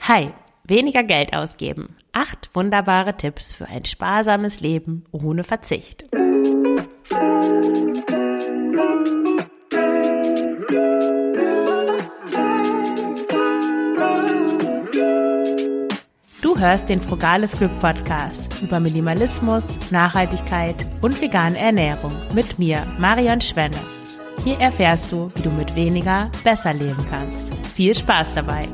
Hi, weniger Geld ausgeben. 8 wunderbare Tipps für ein sparsames Leben ohne Verzicht. Du hörst den Frugales Glück Podcast über Minimalismus, Nachhaltigkeit und vegane Ernährung mit mir, Marion Schwenne. Hier erfährst du, wie du mit weniger besser leben kannst. Viel Spaß dabei!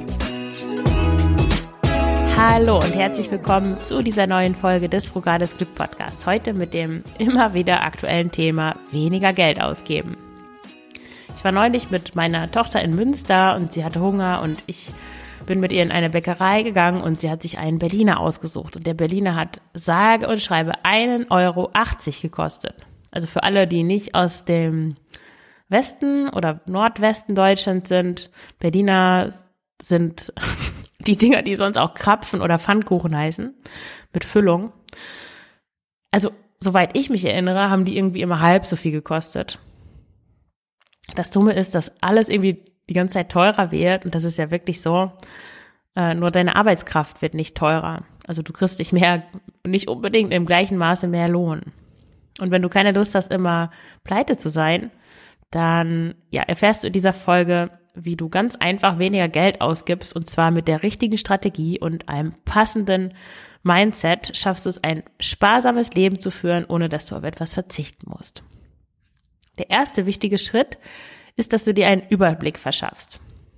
Hallo und herzlich willkommen zu dieser neuen Folge des Frugales Glück Podcasts. Heute mit dem immer wieder aktuellen Thema weniger Geld ausgeben. Ich war neulich mit meiner Tochter in Münster und sie hatte Hunger und ich bin mit ihr in eine Bäckerei gegangen und sie hat sich einen Berliner ausgesucht. Und der Berliner hat sage und schreibe 1,80 Euro gekostet. Also für alle, die nicht aus dem Westen oder Nordwesten Deutschlands sind, Berliner sind die Dinger, die sonst auch Krapfen oder Pfannkuchen heißen, mit Füllung. Also, soweit ich mich erinnere, haben die irgendwie immer halb so viel gekostet. Das Dumme ist, dass alles irgendwie die ganze Zeit teurer wird und das ist ja wirklich so, nur deine Arbeitskraft wird nicht teurer. Also du kriegst nicht unbedingt im gleichen Maße mehr Lohn. Und wenn du keine Lust hast, immer pleite zu sein, dann erfährst du in dieser Folge, wie du ganz einfach weniger Geld ausgibst und zwar mit der richtigen Strategie und einem passenden Mindset schaffst du es, ein sparsames Leben zu führen, ohne dass du auf etwas verzichten musst. Der erste wichtige Schritt ist, dass du dir einen Überblick verschaffst.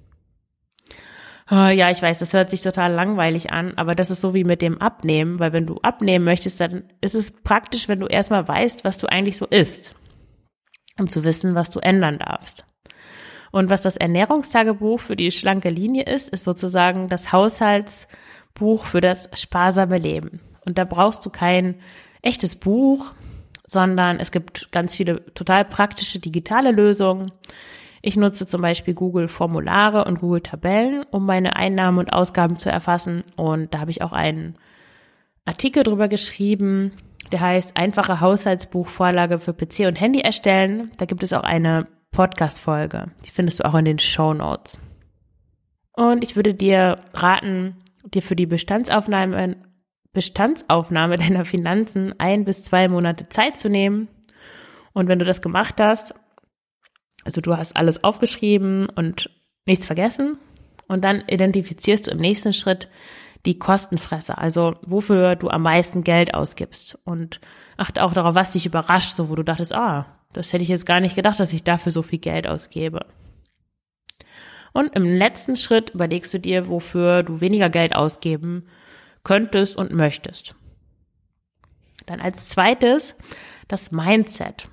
Ja, ich weiß, das hört sich total langweilig an, aber das ist so wie mit dem Abnehmen, weil wenn du abnehmen möchtest, dann ist es praktisch, wenn du erstmal weißt, was du eigentlich so isst, um zu wissen, was du ändern darfst. Und was das Ernährungstagebuch für die schlanke Linie ist sozusagen das Haushaltsbuch für das sparsame Leben. Und da brauchst du kein echtes Buch, sondern es gibt ganz viele total praktische digitale Lösungen. Ich nutze zum Beispiel Google Formulare und Google Tabellen, um meine Einnahmen und Ausgaben zu erfassen. Und da habe ich auch einen Artikel drüber geschrieben, der heißt Einfache Haushaltsbuchvorlage für PC und Handy erstellen. Da gibt es auch eine Podcast-Folge. Die findest du auch in den Shownotes. Und ich würde dir raten, dir für die Bestandsaufnahme deiner Finanzen 1 bis 2 Monate Zeit zu nehmen. Und wenn du das gemacht hast, also du hast alles aufgeschrieben und nichts vergessen, und dann identifizierst du im nächsten Schritt die Kostenfresser, also wofür du am meisten Geld ausgibst. Und achte auch darauf, was dich überrascht, so wo du dachtest, das hätte ich jetzt gar nicht gedacht, dass ich dafür so viel Geld ausgebe. Und im letzten Schritt überlegst du dir, wofür du weniger Geld ausgeben könntest und möchtest. Dann als zweites das Mindset.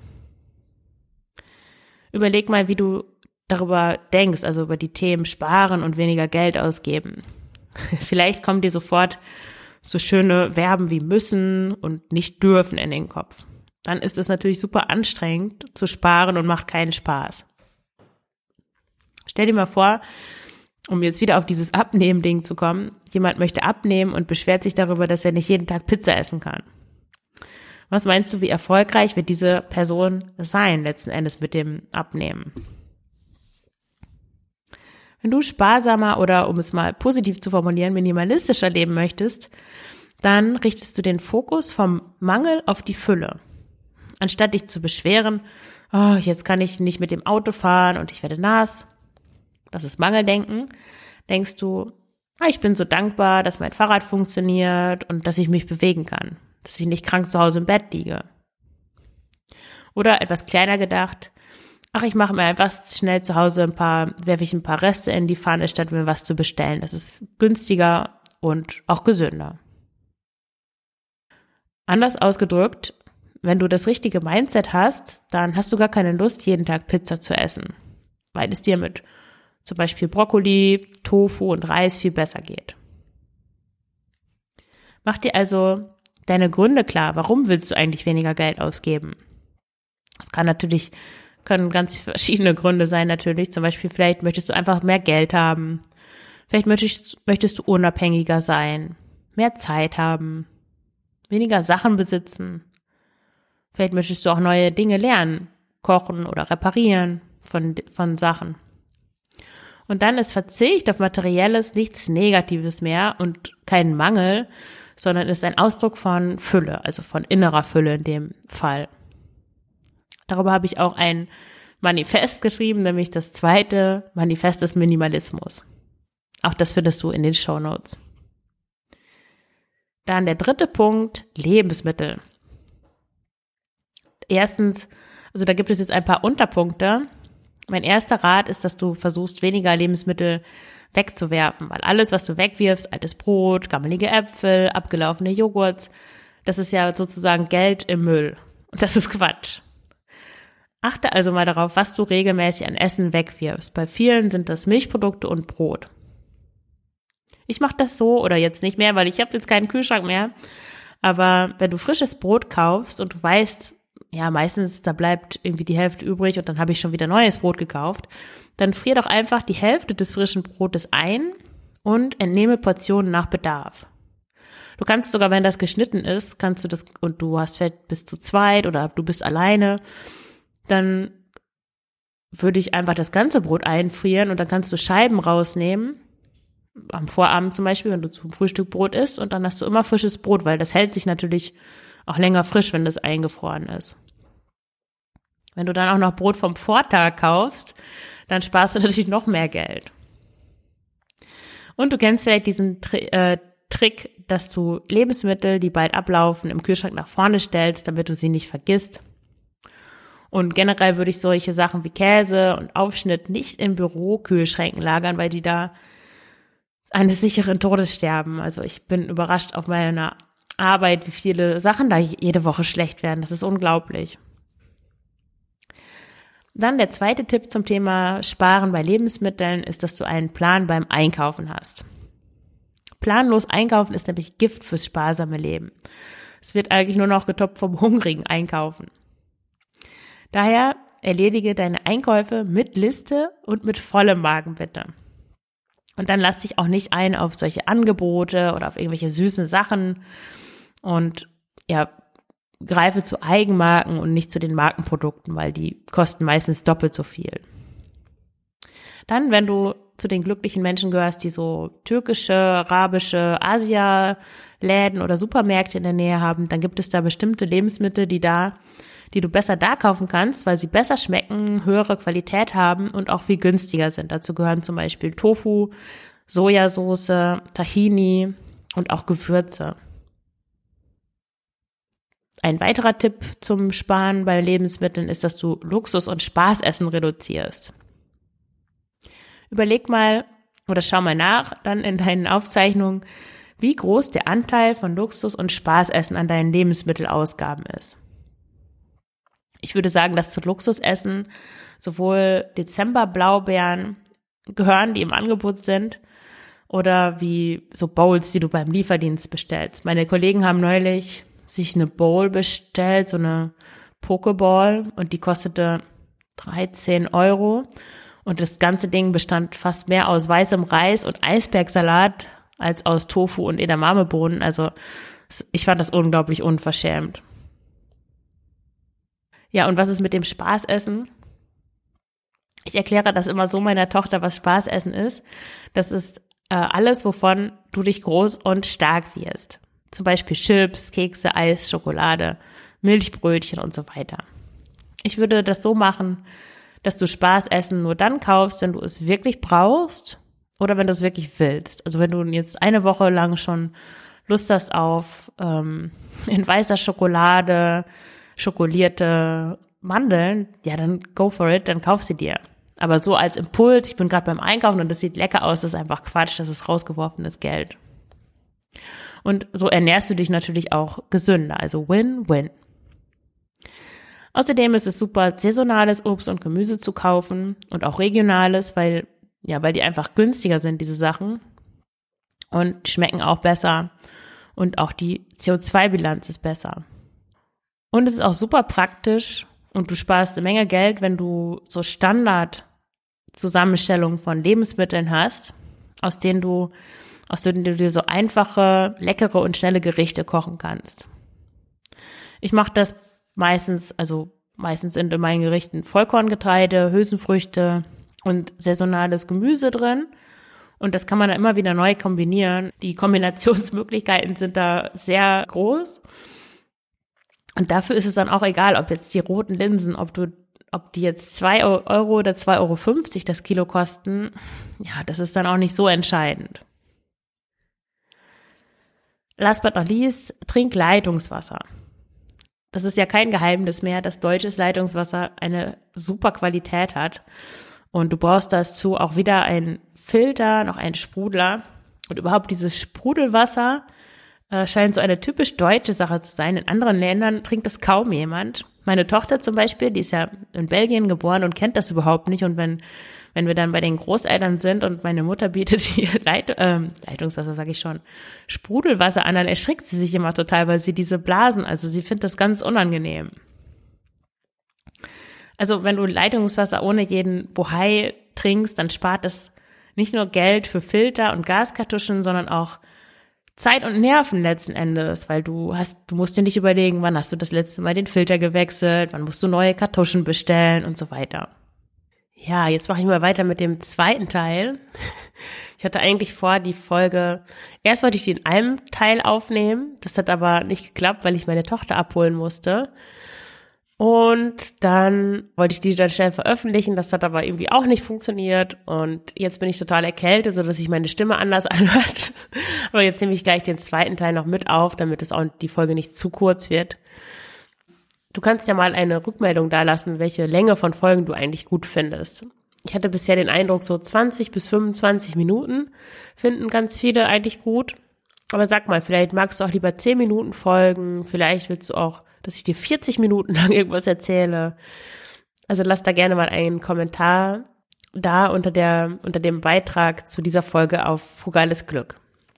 Überleg mal, wie du darüber denkst, also über die Themen Sparen und weniger Geld ausgeben. Vielleicht kommen dir sofort so schöne Verben wie müssen und nicht dürfen in den Kopf. Dann ist es natürlich super anstrengend zu sparen und macht keinen Spaß. Stell dir mal vor, um jetzt wieder auf dieses Abnehmen-Ding zu kommen, jemand möchte abnehmen und beschwert sich darüber, dass er nicht jeden Tag Pizza essen kann. Was meinst du, wie erfolgreich wird diese Person sein, letzten Endes mit dem Abnehmen? Wenn du sparsamer oder, um es mal positiv zu formulieren, minimalistischer leben möchtest, dann richtest du den Fokus vom Mangel auf die Fülle. Anstatt dich zu beschweren, jetzt kann ich nicht mit dem Auto fahren und ich werde nass, das ist Mangeldenken, denkst du, ich bin so dankbar, dass mein Fahrrad funktioniert und dass ich mich bewegen kann, dass ich nicht krank zu Hause im Bett liege. Oder etwas kleiner gedacht, ich mache mir einfach schnell zu Hause werfe ich ein paar Reste in die Pfanne, statt mir was zu bestellen. Das ist günstiger und auch gesünder. Anders ausgedrückt, wenn du das richtige Mindset hast, dann hast du gar keine Lust, jeden Tag Pizza zu essen, weil es dir mit zum Beispiel Brokkoli, Tofu und Reis viel besser geht. Mach dir also deine Gründe klar, warum willst du eigentlich weniger Geld ausgeben? Es können ganz verschiedene Gründe sein natürlich, zum Beispiel vielleicht möchtest du einfach mehr Geld haben, vielleicht möchtest du unabhängiger sein, mehr Zeit haben, weniger Sachen besitzen. Vielleicht möchtest du auch neue Dinge lernen, kochen oder reparieren von Sachen. Und dann ist Verzicht auf Materielles nichts Negatives mehr und kein Mangel, sondern ist ein Ausdruck von Fülle, also von innerer Fülle in dem Fall. Darüber habe ich auch ein Manifest geschrieben, nämlich das 2. Manifest des Minimalismus. Auch das findest du in den Shownotes. Dann der 3. Punkt, Lebensmittel. Erstens, also da gibt es jetzt ein paar Unterpunkte. Mein erster Rat ist, dass du versuchst, weniger Lebensmittel wegzuwerfen, weil alles, was du wegwirfst, altes Brot, gammelige Äpfel, abgelaufene Joghurts, das ist ja sozusagen Geld im Müll. Und das ist Quatsch. Achte also mal darauf, was du regelmäßig an Essen wegwirfst. Bei vielen sind das Milchprodukte und Brot. Ich mache das so, oder jetzt nicht mehr, weil ich habe jetzt keinen Kühlschrank mehr. Aber wenn du frisches Brot kaufst und du weißt, ja, meistens da bleibt irgendwie die Hälfte übrig und dann habe ich schon wieder neues Brot gekauft, dann frier doch einfach die Hälfte des frischen Brotes ein und entnehme Portionen nach Bedarf. Du kannst sogar, wenn das geschnitten ist, kannst du das, und du hast vielleicht bis zu zweit oder du bist alleine, dann würde ich einfach das ganze Brot einfrieren und dann kannst du Scheiben rausnehmen, am Vorabend zum Beispiel, wenn du zum Frühstück Brot isst, und dann hast du immer frisches Brot, weil das hält sich natürlich auch länger frisch, wenn das eingefroren ist. Wenn du dann auch noch Brot vom Vortag kaufst, dann sparst du natürlich noch mehr Geld. Und du kennst vielleicht diesen Trick, dass du Lebensmittel, die bald ablaufen, im Kühlschrank nach vorne stellst, damit du sie nicht vergisst. Und generell würde ich solche Sachen wie Käse und Aufschnitt nicht in Bürokühlschränken lagern, weil die da eines sicheren Todes sterben. Also ich bin überrascht auf meiner Arbeit, wie viele Sachen da jede Woche schlecht werden. Das ist unglaublich. Dann der 2. Tipp zum Thema Sparen bei Lebensmitteln ist, dass du einen Plan beim Einkaufen hast. Planlos einkaufen ist nämlich Gift fürs sparsame Leben. Es wird eigentlich nur noch getoppt vom hungrigen Einkaufen. Daher erledige deine Einkäufe mit Liste und mit vollem Magen bitte. Und dann lass dich auch nicht ein auf solche Angebote oder auf irgendwelche süßen Sachen und ja, greife zu Eigenmarken und nicht zu den Markenprodukten, weil die kosten meistens doppelt so viel. Dann, wenn du zu den glücklichen Menschen gehörst, die so türkische, arabische, Asia-Läden oder Supermärkte in der Nähe haben, dann gibt es da bestimmte Lebensmittel, die du besser da kaufen kannst, weil sie besser schmecken, höhere Qualität haben und auch viel günstiger sind. Dazu gehören zum Beispiel Tofu, Sojasauce, Tahini und auch Gewürze. Ein weiterer Tipp zum Sparen bei Lebensmitteln ist, dass du Luxus- und Spaßessen reduzierst. Überleg mal oder schau mal nach dann in deinen Aufzeichnungen, wie groß der Anteil von Luxus- und Spaßessen an deinen Lebensmittelausgaben ist. Ich würde sagen, dass zu Luxusessen sowohl Dezember-Blaubeeren gehören, die im Angebot sind, oder wie so Bowls, die du beim Lieferdienst bestellst. Meine Kollegen haben neulich sich eine Bowl bestellt, so eine Pokeball, und die kostete 13 € und das ganze Ding bestand fast mehr aus weißem Reis und Eisbergsalat als aus Tofu und Edamamebohnen. Also ich fand das unglaublich unverschämt. Ja, und was ist mit dem Spaßessen? Ich erkläre das immer so meiner Tochter, was Spaßessen ist. Das ist alles, wovon du dich groß und stark wirst. Zum Beispiel Chips, Kekse, Eis, Schokolade, Milchbrötchen und so weiter. Ich würde das so machen, dass du Spaßessen nur dann kaufst, wenn du es wirklich brauchst oder wenn du es wirklich willst. Also wenn du jetzt eine Woche lang schon Lust hast auf in weißer Schokolade, schokolierte Mandeln, ja, dann go for it, dann kauf sie dir. Aber so als Impuls, ich bin gerade beim Einkaufen und das sieht lecker aus, das ist einfach Quatsch, das ist rausgeworfenes Geld. Und so ernährst du dich natürlich auch gesünder, also Win-Win. Außerdem ist es super, saisonales Obst und Gemüse zu kaufen und auch regionales, weil die einfach günstiger sind, diese Sachen. Und die schmecken auch besser und auch die CO2-Bilanz ist besser. Und es ist auch super praktisch und du sparst eine Menge Geld, wenn du so Standard-Zusammenstellungen von Lebensmitteln hast, aus denen du dir so einfache, leckere und schnelle Gerichte kochen kannst. Ich mache das meistens sind in meinen Gerichten Vollkorngetreide, Hülsenfrüchte und saisonales Gemüse drin. Und das kann man dann immer wieder neu kombinieren. Die Kombinationsmöglichkeiten sind da sehr groß. Und dafür ist es dann auch egal, ob jetzt die roten Linsen, ob die jetzt 2 Euro oder 2,50 € das Kilo kosten. Ja, das ist dann auch nicht so entscheidend. Last but not least, trink Leitungswasser. Das ist ja kein Geheimnis mehr, dass deutsches Leitungswasser eine super Qualität hat. Und du brauchst dazu auch wieder einen Filter, noch einen Sprudler. Und überhaupt dieses Sprudelwasser scheint so eine typisch deutsche Sache zu sein. In anderen Ländern trinkt das kaum jemand. Meine Tochter zum Beispiel, die ist ja in Belgien geboren und kennt das überhaupt nicht. Und wenn wir dann bei den Großeltern sind und meine Mutter bietet ihr Leitungswasser, sage ich schon, Sprudelwasser an, dann erschrickt sie sich immer total, weil sie diese Blasen, also sie findet das ganz unangenehm. Also wenn du Leitungswasser ohne jeden Bohai trinkst, dann spart es nicht nur Geld für Filter und Gaskartuschen, sondern auch Zeit und Nerven letzten Endes, weil du musst dir nicht überlegen, wann hast du das letzte Mal den Filter gewechselt, wann musst du neue Kartuschen bestellen und so weiter. Ja, jetzt mache ich mal weiter mit dem zweiten Teil. Ich hatte eigentlich vor, erst wollte ich die in einem Teil aufnehmen, das hat aber nicht geklappt, weil ich meine Tochter abholen musste. Und dann wollte ich die dann schnell veröffentlichen, das hat aber irgendwie auch nicht funktioniert und jetzt bin ich total erkältet, sodass sich meine Stimme anders anhört. Aber jetzt nehme ich gleich den zweiten Teil noch mit auf, damit es auch die Folge nicht zu kurz wird. Du kannst ja mal eine Rückmeldung dalassen, welche Länge von Folgen du eigentlich gut findest. Ich hatte bisher den Eindruck, so 20 bis 25 Minuten finden ganz viele eigentlich gut. Aber sag mal, vielleicht magst du auch lieber 10 Minuten Folgen, vielleicht willst du auch, dass ich dir 40 Minuten lang irgendwas erzähle. Also lass da gerne mal einen Kommentar da unter dem Beitrag zu dieser Folge auf Frugales Glück.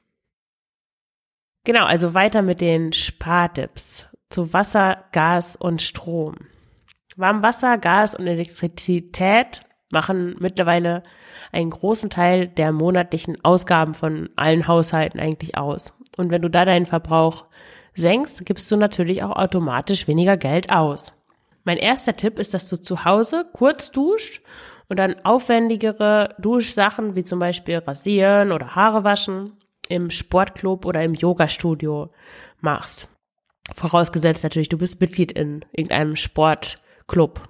Genau, also weiter mit den Spartipps zu Wasser, Gas und Strom. Warmwasser, Gas und Elektrizität machen mittlerweile einen großen Teil der monatlichen Ausgaben von allen Haushalten eigentlich aus. Und wenn du da deinen Verbrauch senkst, gibst du natürlich auch automatisch weniger Geld aus. Mein erster Tipp ist, dass du zu Hause kurz duscht und dann aufwendigere Duschsachen wie zum Beispiel Rasieren oder Haare waschen im Sportclub oder im Yogastudio machst. Vorausgesetzt natürlich, du bist Mitglied in irgendeinem Sportclub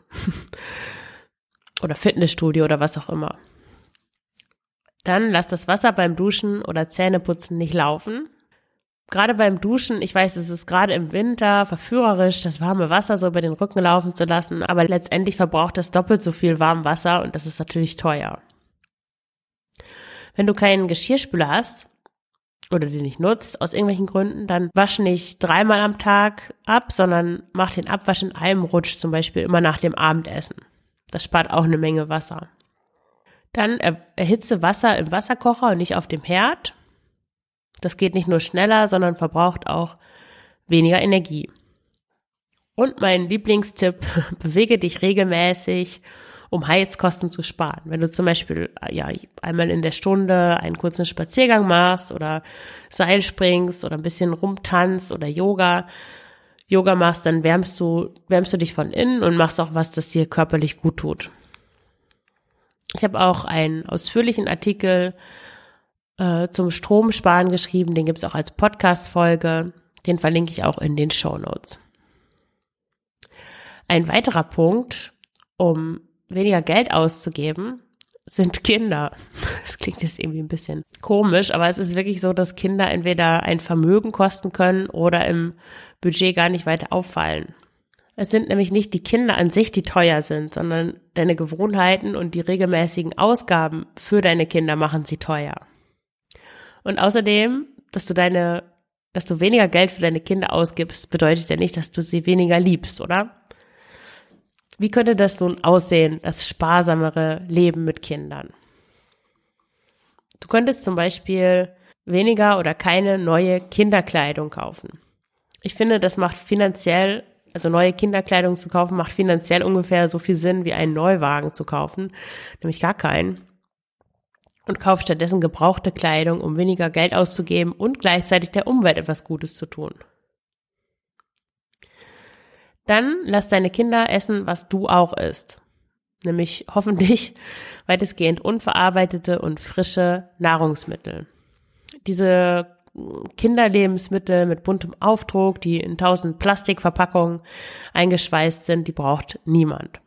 oder Fitnessstudio oder was auch immer. Dann lass das Wasser beim Duschen oder Zähneputzen nicht laufen. Gerade beim Duschen, ich weiß, es ist gerade im Winter verführerisch, das warme Wasser so über den Rücken laufen zu lassen, aber letztendlich verbraucht es doppelt so viel warmes Wasser und das ist natürlich teuer. Wenn du keinen Geschirrspüler hast oder den nicht nutzt, aus irgendwelchen Gründen, dann wasch nicht 3-mal am Tag ab, sondern mach den Abwasch in einem Rutsch, zum Beispiel immer nach dem Abendessen. Das spart auch eine Menge Wasser. Dann erhitze Wasser im Wasserkocher und nicht auf dem Herd. Das geht nicht nur schneller, sondern verbraucht auch weniger Energie. Und mein Lieblingstipp, bewege dich regelmäßig, um Heizkosten zu sparen. Wenn du zum Beispiel einmal in der Stunde einen kurzen Spaziergang machst oder Seil springst oder ein bisschen rumtanzt oder Yoga machst, dann wärmst du dich von innen und machst auch was, das dir körperlich gut tut. Ich habe auch einen ausführlichen Artikel zum Stromsparen geschrieben, den gibt es auch als Podcast-Folge, den verlinke ich auch in den Shownotes. Ein weiterer Punkt, um weniger Geld auszugeben, sind Kinder. Das klingt jetzt irgendwie ein bisschen komisch, aber es ist wirklich so, dass Kinder entweder ein Vermögen kosten können oder im Budget gar nicht weiter auffallen. Es sind nämlich nicht die Kinder an sich, die teuer sind, sondern deine Gewohnheiten und die regelmäßigen Ausgaben für deine Kinder machen sie teuer. Und außerdem, dass du weniger Geld für deine Kinder ausgibst, bedeutet ja nicht, dass du sie weniger liebst, oder? Wie könnte das nun aussehen, das sparsamere Leben mit Kindern? Du könntest zum Beispiel weniger oder keine neue Kinderkleidung kaufen. Ich finde, das macht neue Kinderkleidung zu kaufen, macht finanziell ungefähr so viel Sinn, wie einen Neuwagen zu kaufen, nämlich gar keinen. Und kauf stattdessen gebrauchte Kleidung, um weniger Geld auszugeben und gleichzeitig der Umwelt etwas Gutes zu tun. Dann lass deine Kinder essen, was du auch isst. nämlich hoffentlich weitestgehend unverarbeitete und frische Nahrungsmittel. Diese Kinderlebensmittel mit buntem Aufdruck, die in 1000 Plastikverpackungen eingeschweißt sind, die braucht niemand.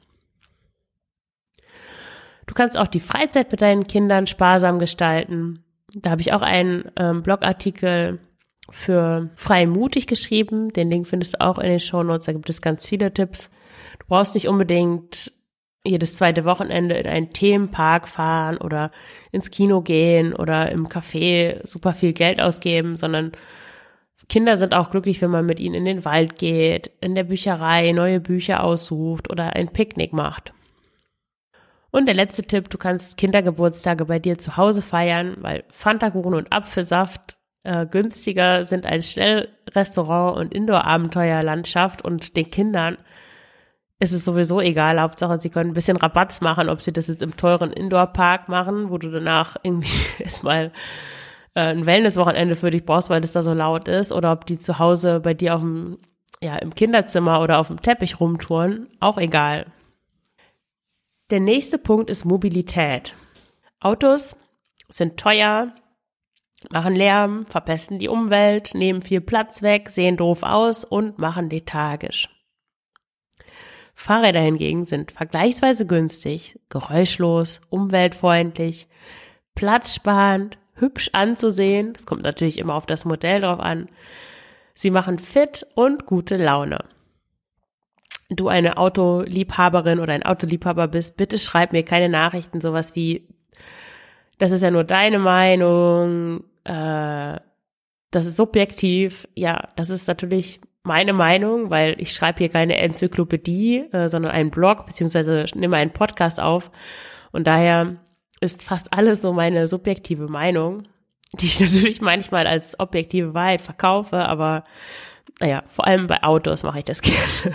Du kannst auch die Freizeit mit deinen Kindern sparsam gestalten. Da habe ich auch einen Blogartikel für Frei Mutig geschrieben. Den Link findest du auch in den Shownotes. Da gibt es ganz viele Tipps. Du brauchst nicht unbedingt jedes zweite Wochenende in einen Themenpark fahren oder ins Kino gehen oder im Café super viel Geld ausgeben, sondern Kinder sind auch glücklich, wenn man mit ihnen in den Wald geht, in der Bücherei neue Bücher aussucht oder ein Picknick macht. Und der letzte Tipp, du kannst Kindergeburtstage bei dir zu Hause feiern, weil Fanta-Kuchen und Apfelsaft günstiger sind als Schnellrestaurant und Indoor-Abenteuerlandschaft und den Kindern ist es sowieso egal. Hauptsache, sie können ein bisschen Rabatz machen, ob sie das jetzt im teuren Indoor-Park machen, wo du danach irgendwie erstmal ein Wellness-Wochenende für dich brauchst, weil das da so laut ist, oder ob die zu Hause bei dir im Kinderzimmer oder auf dem Teppich rumtouren, auch egal. Der nächste Punkt ist Mobilität. Autos sind teuer, machen Lärm, verpesten die Umwelt, nehmen viel Platz weg, sehen doof aus und machen lethargisch. Fahrräder hingegen sind vergleichsweise günstig, geräuschlos, umweltfreundlich, platzsparend, hübsch anzusehen. Das kommt natürlich immer auf das Modell drauf an. Sie machen fit und gute Laune. Du eine Autoliebhaberin oder ein Autoliebhaber bist, bitte schreib mir keine Nachrichten, sowas wie, das ist ja nur deine Meinung, das ist subjektiv. Ja, das ist natürlich meine Meinung, weil ich schreibe hier keine Enzyklopädie, sondern einen Blog, beziehungsweise nehme einen Podcast auf. Und daher ist fast alles so meine subjektive Meinung, die ich natürlich manchmal als objektive Wahrheit verkaufe, aber naja, vor allem bei Autos mache ich das gerne.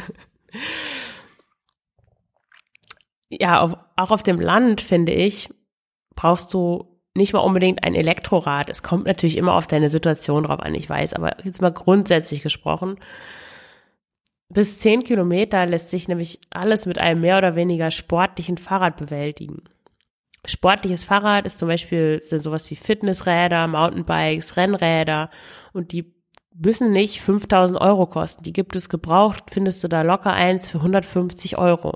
Ja, auch auf dem Land, finde ich, brauchst du nicht mal unbedingt ein Elektrorad. Es kommt natürlich immer auf deine Situation drauf an, ich weiß, aber jetzt mal grundsätzlich gesprochen. Bis 10 Kilometer lässt sich nämlich alles mit einem mehr oder weniger sportlichen Fahrrad bewältigen. Sportliches Fahrrad ist zum Beispiel, sind sowas wie Fitnessräder, Mountainbikes, Rennräder und die müssen nicht 5.000 Euro kosten. Die gibt es gebraucht, findest du da locker eins für 150 Euro.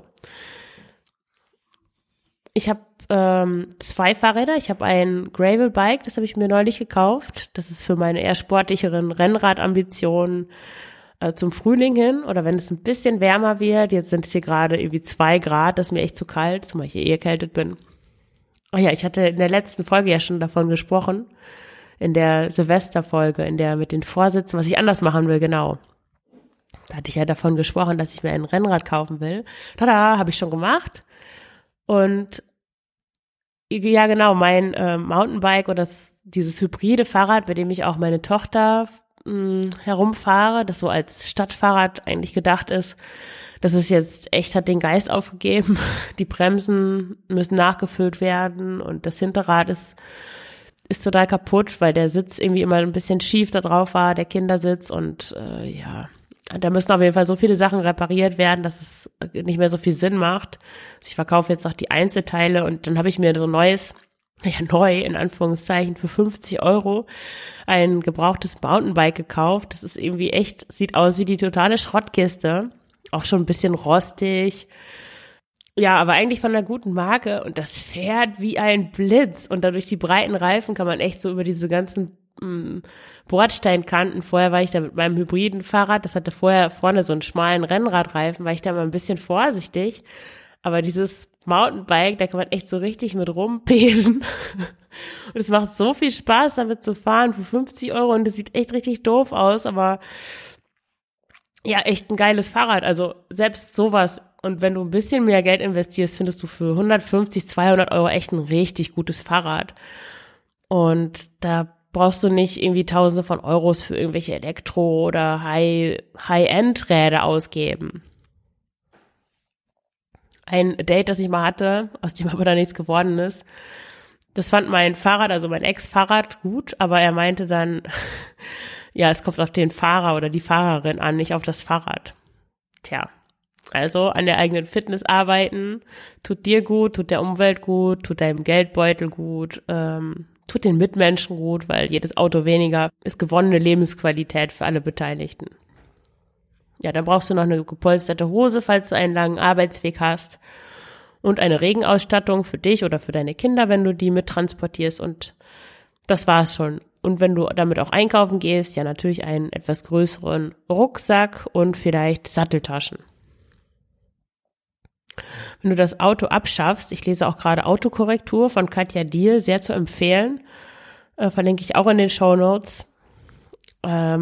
Ich habe 2 Fahrräder. Ich habe ein Gravelbike, das habe ich mir neulich gekauft. Das ist für meine eher sportlicheren Rennradambitionen zum Frühling hin oder wenn es ein bisschen wärmer wird. Jetzt sind es hier gerade irgendwie 2 Grad, das ist mir echt zu kalt, zumal ich hier erkältet bin. Oh ja, ich hatte in der letzten Folge ja schon davon gesprochen, in der Silvesterfolge, in der mit den Vorsätzen, was ich anders machen will, genau. Da hatte ich ja davon gesprochen, dass ich mir ein Rennrad kaufen will. Tada, habe ich schon gemacht. Und ja, genau, mein Mountainbike oder dieses hybride Fahrrad, bei dem ich auch meine Tochter herumfahre, das so als Stadtfahrrad eigentlich gedacht ist, das ist jetzt echt, hat den Geist aufgegeben. Die Bremsen müssen nachgefüllt werden und das Hinterrad ist total kaputt, weil der Sitz irgendwie immer ein bisschen schief da drauf war, der Kindersitz und da müssen auf jeden Fall so viele Sachen repariert werden, dass es nicht mehr so viel Sinn macht. Also ich verkaufe jetzt noch die Einzelteile und dann habe ich mir so neu in Anführungszeichen für 50 Euro ein gebrauchtes Mountainbike gekauft. Das ist irgendwie echt, sieht aus wie die totale Schrottkiste. Auch schon ein bisschen rostig. Ja, aber eigentlich von einer guten Marke und das fährt wie ein Blitz und dadurch die breiten Reifen kann man echt so über diese ganzen Bordsteinkanten. Vorher war ich da mit meinem hybriden Fahrrad, das hatte vorher vorne so einen schmalen Rennradreifen, war ich da mal ein bisschen vorsichtig, aber dieses Mountainbike, da kann man echt so richtig mit rumpesen und es macht so viel Spaß, damit zu fahren für 50 Euro und das sieht echt richtig doof aus, aber ja, echt ein geiles Fahrrad, also selbst sowas. Und wenn du ein bisschen mehr Geld investierst, findest du für 150, 200 Euro echt ein richtig gutes Fahrrad. Und da brauchst du nicht irgendwie Tausende von Euros für irgendwelche Elektro- oder High-End-Räder ausgeben. Ein Date, das ich mal hatte, aus dem aber da nichts geworden ist, das fand mein Fahrrad, also mein Ex-Fahrrad gut, aber er meinte dann, ja, es kommt auf den Fahrer oder die Fahrerin an, nicht auf das Fahrrad. Tja. Also an der eigenen Fitness arbeiten, tut dir gut, tut der Umwelt gut, tut deinem Geldbeutel gut, tut den Mitmenschen gut, weil jedes Auto weniger ist gewonnene Lebensqualität für alle Beteiligten. Ja, dann brauchst du noch eine gepolsterte Hose, falls du einen langen Arbeitsweg hast und eine Regenausstattung für dich oder für deine Kinder, wenn du die mittransportierst und das war's schon. Und wenn du damit auch einkaufen gehst, ja natürlich einen etwas größeren Rucksack und vielleicht Satteltaschen. Wenn du das Auto abschaffst, ich lese auch gerade Autokorrektur von Katja Diehl, sehr zu empfehlen, verlinke ich auch in den Shownotes. Da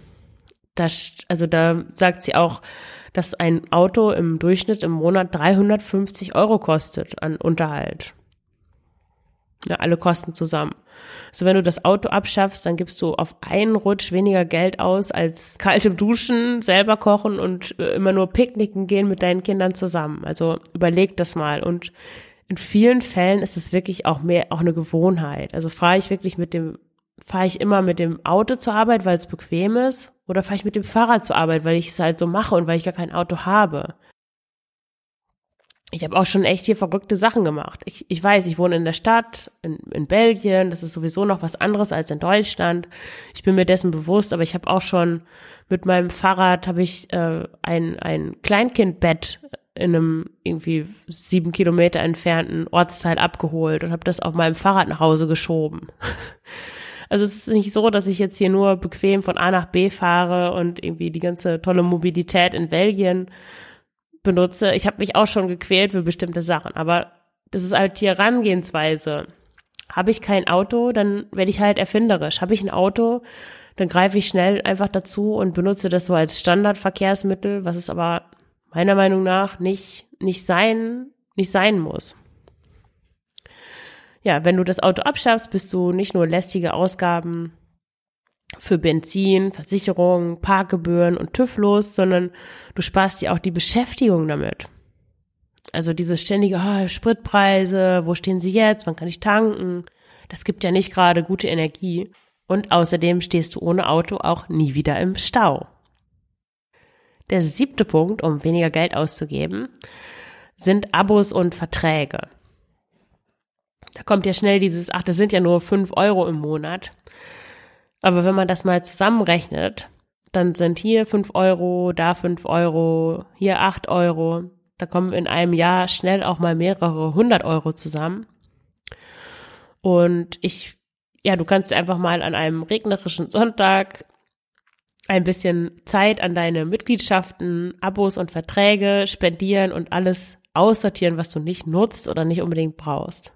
sagt sie auch, dass ein Auto im Durchschnitt im Monat 350 € kostet an Unterhalt. Ja, alle Kosten zusammen. Also wenn du das Auto abschaffst, dann gibst du auf einen Rutsch weniger Geld aus als kaltem Duschen, selber kochen und immer nur picknicken gehen mit deinen Kindern zusammen. Also überleg das mal. Und in vielen Fällen ist es wirklich auch eine Gewohnheit. Also fahre ich immer mit dem Auto zur Arbeit, weil es bequem ist, oder fahre ich mit dem Fahrrad zur Arbeit, weil ich es halt so mache und weil ich gar kein Auto habe. Ich habe auch schon echt hier verrückte Sachen gemacht. Ich weiß, ich wohne in der Stadt, in Belgien, das ist sowieso noch was anderes als in Deutschland. Ich bin mir dessen bewusst, aber ich habe auch schon mit meinem Fahrrad ein Kleinkindbett in einem irgendwie 7 Kilometer entfernten Ortsteil abgeholt und habe das auf meinem Fahrrad nach Hause geschoben. Also es ist nicht so, dass ich jetzt hier nur bequem von A nach B fahre und irgendwie die ganze tolle Mobilität in Belgien benutze. Ich habe mich auch schon gequält für bestimmte Sachen, aber das ist halt die Herangehensweise. Habe ich kein Auto, dann werde ich halt erfinderisch. Habe ich ein Auto, dann greife ich schnell einfach dazu und benutze das so als Standardverkehrsmittel, was es aber meiner Meinung nach nicht sein muss. Ja, wenn du das Auto abschaffst, bist du nicht nur lästige Ausgaben für Benzin, Versicherung, Parkgebühren und TÜV los, sondern du sparst dir auch die Beschäftigung damit. Also diese ständige Spritpreise, wo stehen sie jetzt, wann kann ich tanken? Das gibt ja nicht gerade gute Energie. Und außerdem stehst du ohne Auto auch nie wieder im Stau. Der 7. Punkt, um weniger Geld auszugeben, sind Abos und Verträge. Da kommt ja schnell das sind ja nur 5 € im Monat. Aber wenn man das mal zusammenrechnet, dann sind hier 5 €, da 5 €, hier 8 €. Da kommen in einem Jahr schnell auch mal mehrere 100 € zusammen. Und du kannst einfach mal an einem regnerischen Sonntag ein bisschen Zeit an deine Mitgliedschaften, Abos und Verträge spendieren und alles aussortieren, was du nicht nutzt oder nicht unbedingt brauchst.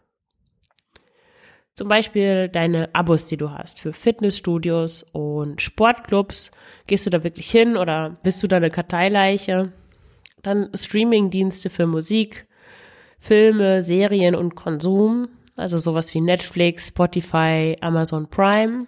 Zum Beispiel deine Abos, die du hast für Fitnessstudios und Sportclubs. Gehst du da wirklich hin oder bist du da eine Karteileiche? Dann Streamingdienste für Musik, Filme, Serien und Konsum. Also sowas wie Netflix, Spotify, Amazon Prime.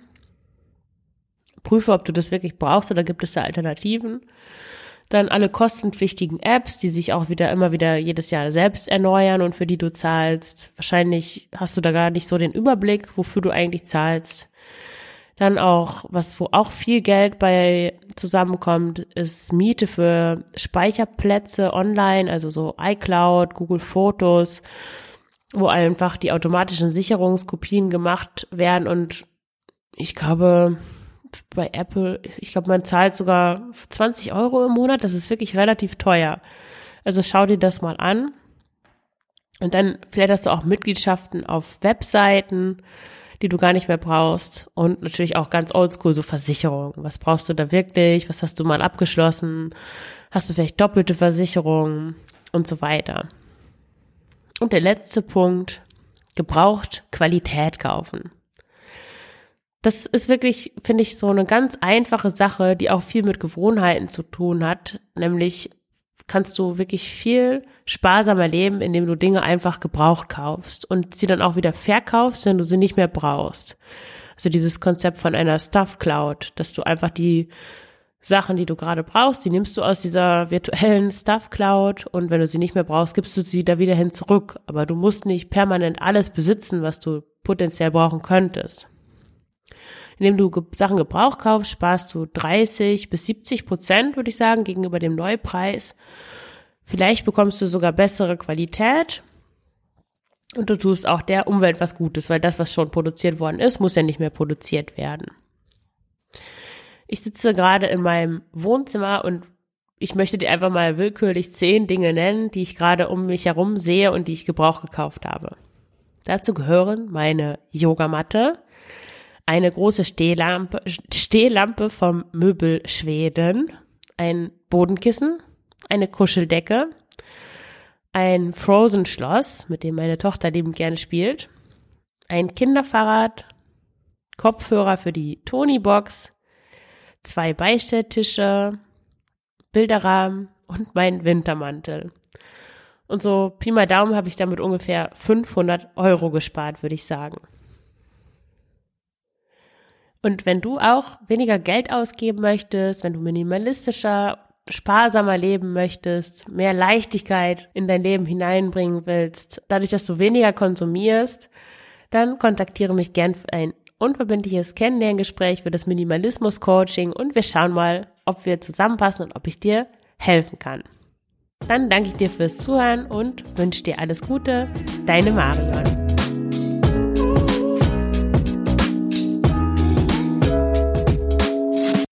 Prüfe, ob du das wirklich brauchst oder gibt es da Alternativen. Dann alle kostenpflichtigen Apps, die sich auch immer wieder jedes Jahr selbst erneuern und für die du zahlst. Wahrscheinlich hast du da gar nicht so den Überblick, wofür du eigentlich zahlst. Dann auch, wo auch viel Geld bei zusammenkommt, ist Miete für Speicherplätze online, also so iCloud, Google Fotos, wo einfach die automatischen Sicherungskopien gemacht werden und ich glaube, bei Apple, man zahlt sogar 20 € im Monat, das ist wirklich relativ teuer. Also schau dir das mal an. Und dann vielleicht hast du auch Mitgliedschaften auf Webseiten, die du gar nicht mehr brauchst. Und natürlich auch ganz oldschool, so Versicherungen. Was brauchst du da wirklich? Was hast du mal abgeschlossen? Hast du vielleicht doppelte Versicherungen und so weiter. Und der letzte Punkt, gebraucht Qualität kaufen. Das ist wirklich, finde ich, so eine ganz einfache Sache, die auch viel mit Gewohnheiten zu tun hat. Nämlich kannst du wirklich viel sparsamer leben, indem du Dinge einfach gebraucht kaufst und sie dann auch wieder verkaufst, wenn du sie nicht mehr brauchst. Also dieses Konzept von einer Stuff Cloud, dass du einfach die Sachen, die du gerade brauchst, die nimmst du aus dieser virtuellen Stuff Cloud und wenn du sie nicht mehr brauchst, gibst du sie da wieder hin zurück. Aber du musst nicht permanent alles besitzen, was du potenziell brauchen könntest. Indem du Sachen gebraucht kaufst, sparst du 30% bis 70%, würde ich sagen, gegenüber dem Neupreis. Vielleicht bekommst du sogar bessere Qualität und du tust auch der Umwelt was Gutes, weil das, was schon produziert worden ist, muss ja nicht mehr produziert werden. Ich sitze gerade in meinem Wohnzimmer und ich möchte dir einfach mal willkürlich 10 Dinge nennen, die ich gerade um mich herum sehe und die ich Gebrauch gekauft habe. Dazu gehören meine Yogamatte, eine große Stehlampe vom Möbel Schweden, ein Bodenkissen, eine Kuscheldecke, ein Frozen-Schloss, mit dem meine Tochter liebend gerne spielt, ein Kinderfahrrad, Kopfhörer für die Tony-Box, 2 Beistelltische, Bilderrahmen und meinen Wintermantel. Und so Pi mal Daumen habe ich damit ungefähr 500 € gespart, würde ich sagen. Und wenn du auch weniger Geld ausgeben möchtest, wenn du minimalistischer, sparsamer leben möchtest, mehr Leichtigkeit in dein Leben hineinbringen willst, dadurch, dass du weniger konsumierst, dann kontaktiere mich gern für ein unverbindliches Kennenlerngespräch für das Minimalismus-Coaching und wir schauen mal, ob wir zusammenpassen und ob ich dir helfen kann. Dann danke ich dir fürs Zuhören und wünsche dir alles Gute. Deine Marion.